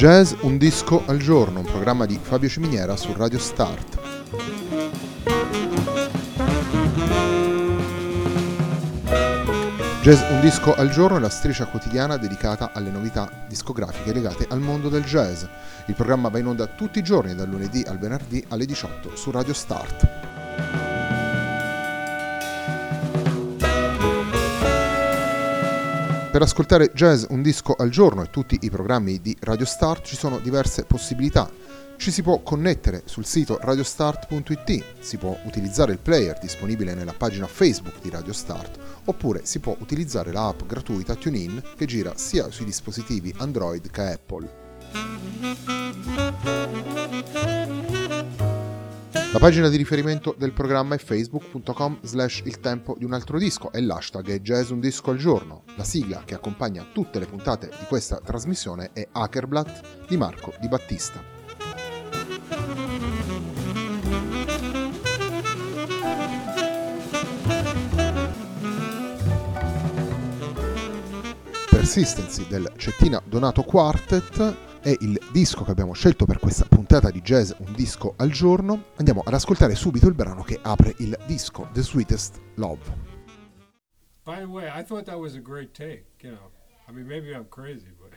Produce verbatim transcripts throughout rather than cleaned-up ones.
Jazz Un Disco al Giorno, un programma di Fabio Ciminiera su Radio Start. Jazz Un Disco al Giorno è la striscia quotidiana dedicata alle novità discografiche legate al mondo del jazz. Il programma va in onda tutti i giorni, dal lunedì al venerdì alle diciotto su Radio Start. Per ascoltare Jazz Un Disco al Giorno e tutti i programmi di Radio Start ci sono diverse possibilità. Ci si può connettere sul sito radiostart punto it, si può utilizzare il player disponibile nella pagina Facebook di Radio Start, oppure si può utilizzare la app gratuita TuneIn che gira sia sui dispositivi Android che Apple. La pagina di riferimento del programma è facebook punto com slash il tempo di un altro disco e l'hashtag è Jazz Un Disco al Giorno. La sigla che accompagna tutte le puntate di questa trasmissione è Hackerblatt di Marco Di Battista. Persistency del Cettina Donato Quartet è il disco che abbiamo scelto per questa puntata di Jazz Un Disco al Giorno. Andiamo ad ascoltare subito il brano che apre il disco, The Sweetest Love. By the way, I thought that was a great take, you know. I mean, maybe I'm crazy, but...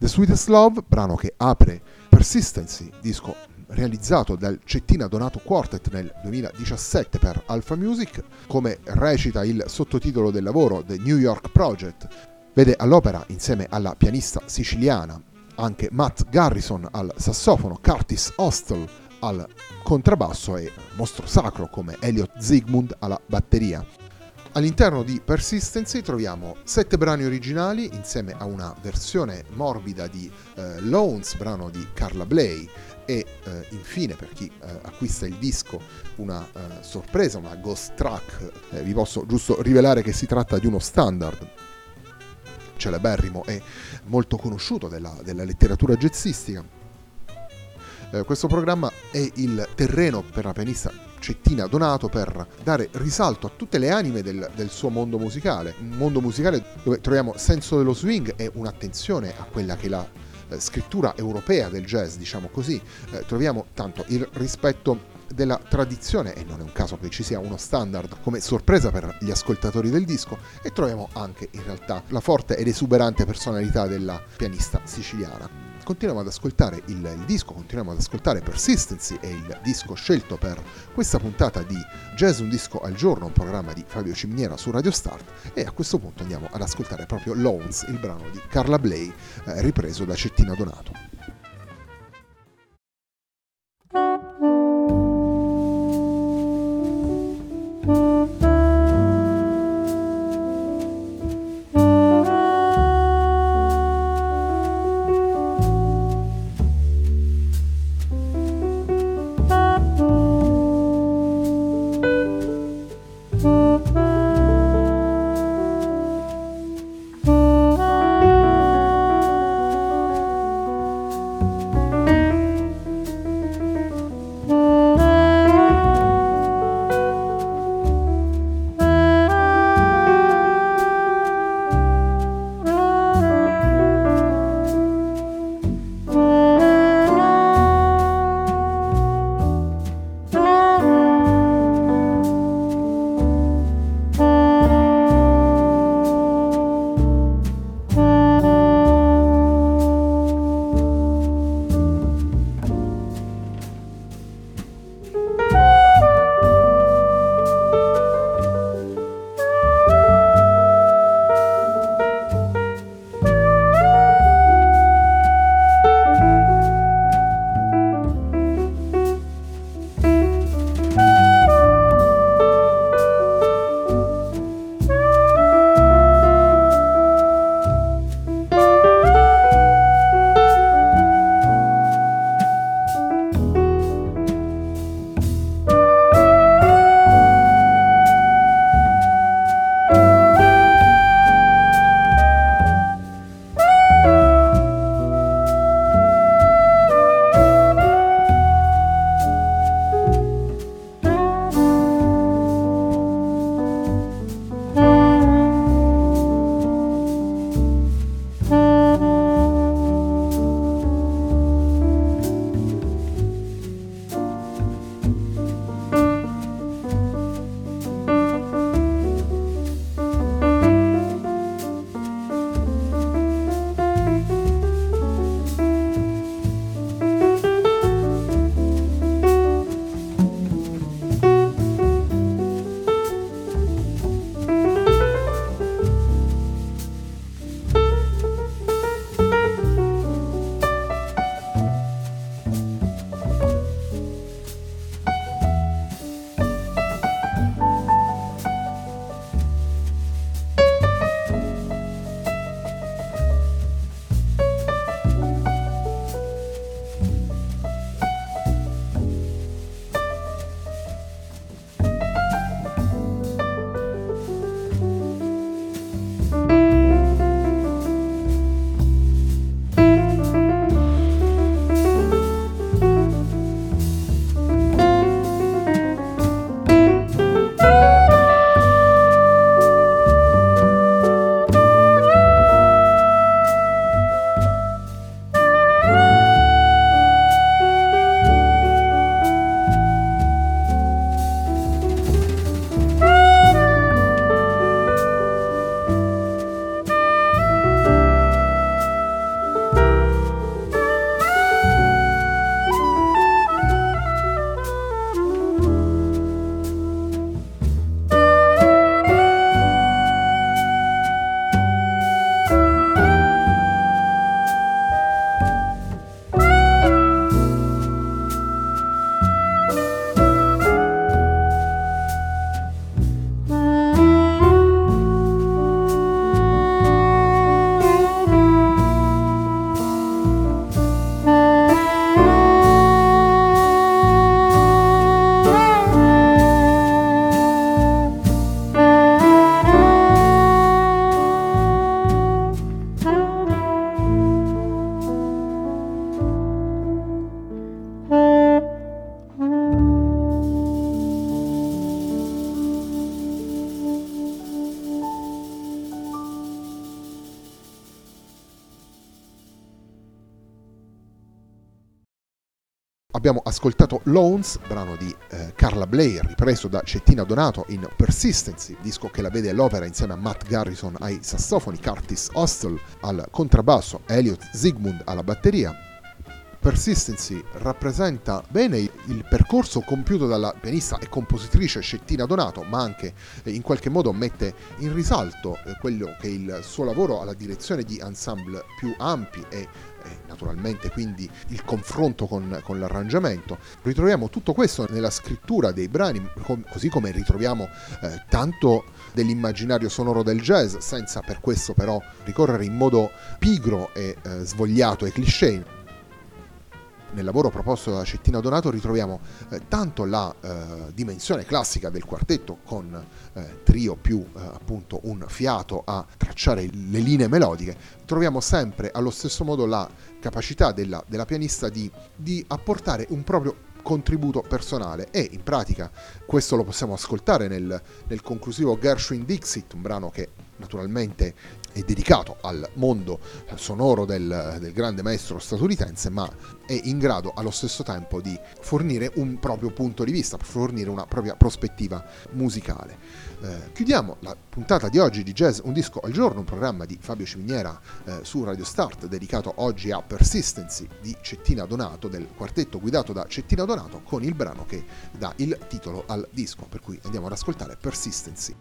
Sweetest Love, brano che apre Persistency, disco realizzato dal Cettina Donato Quartet nel duemiladiciassette per Alpha Music. Come recita il sottotitolo del lavoro, The New York Project vede all'opera, insieme alla pianista siciliana, anche Matt Garrison al sassofono, Curtis Hostel al contrabbasso e mostro sacro come Elliot Zygmunt alla batteria. All'interno di Persistency troviamo sette brani originali insieme a una versione morbida di eh, Loans, brano di Carla Bley, e eh, infine, per chi eh, acquista il disco, una eh, sorpresa, una ghost track. Eh, vi posso giusto rivelare che si tratta di uno standard celeberrimo e molto conosciuto della, della letteratura jazzistica. Eh, questo programma è il terreno per la pianista Cettina Donato per dare risalto a tutte le anime del, del suo mondo musicale, un mondo musicale dove troviamo senso dello swing e un'attenzione a quella che è la eh, scrittura europea del jazz, diciamo così. Eh, troviamo tanto il rispetto della tradizione, e non è un caso che ci sia uno standard come sorpresa per gli ascoltatori del disco, e troviamo anche in realtà la forte ed esuberante personalità della pianista siciliana. Continuiamo ad ascoltare il, il disco, continuiamo ad ascoltare Persistency, è il disco scelto per questa puntata di Jazz Un Disco al Giorno, un programma di Fabio Ciminiera su Radio Start, e a questo punto andiamo ad ascoltare proprio Loans, il brano di Carla Bley, eh, ripreso da Cettina Donato. Abbiamo ascoltato Loans, brano di eh, Carla Blair, ripreso da Cettina Donato in Persistency, disco che la vede all'opera insieme a Matt Garrison ai sassofoni, Curtis Hostel al contrabbasso, Elliot Zygmunt alla batteria. Persistency rappresenta bene il percorso compiuto dalla pianista e compositrice Cettina Donato, ma anche eh, in qualche modo mette in risalto eh, quello che è il suo lavoro alla direzione di ensemble più ampi e eh, naturalmente quindi il confronto con, con l'arrangiamento. Ritroviamo tutto questo nella scrittura dei brani, com- così come ritroviamo eh, tanto dell'immaginario sonoro del jazz, senza per questo però ricorrere in modo pigro e eh, svogliato e cliché. Nel lavoro proposto da Cettina Donato ritroviamo eh, tanto la eh, dimensione classica del quartetto con eh, trio più eh, appunto un fiato a tracciare le linee melodiche, troviamo sempre allo stesso modo la capacità della, della pianista di, di apportare un proprio contributo personale, e in pratica questo lo possiamo ascoltare nel, nel conclusivo Gershwin Dixit, un brano che naturalmente è dedicato al mondo sonoro del, del grande maestro statunitense, ma è in grado allo stesso tempo di fornire un proprio punto di vista, fornire una propria prospettiva musicale. Eh, chiudiamo la puntata di oggi di Jazz Un Disco al Giorno, un programma di Fabio Ciminiera eh, su Radio Start, dedicato oggi a Persistency di Cettina Donato, del quartetto guidato da Cettina Donato, con il brano che dà il titolo al disco, per cui andiamo ad ascoltare Persistency.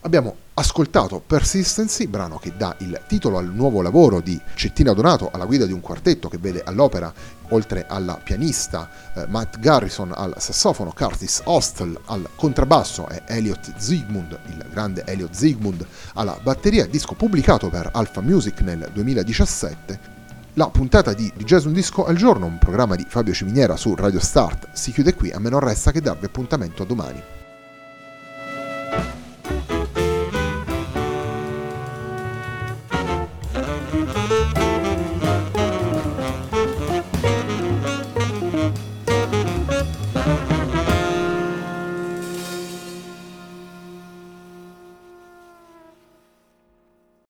Abbiamo ascoltato Persistency, brano che dà il titolo al nuovo lavoro di Cettina Donato alla guida di un quartetto che vede all'opera, oltre alla pianista eh, Matt Garrison al sassofono, Curtis Hostel al contrabbasso e Elliot Ziegmund, il grande Elliot Ziegmund, alla batteria, disco pubblicato per Alpha Music nel duemiladiciassette. La puntata di Di Jazz Un Disco al Giorno, un programma di Fabio Ciminiera su Radio Start, si chiude qui, a me non resta che darvi appuntamento a domani.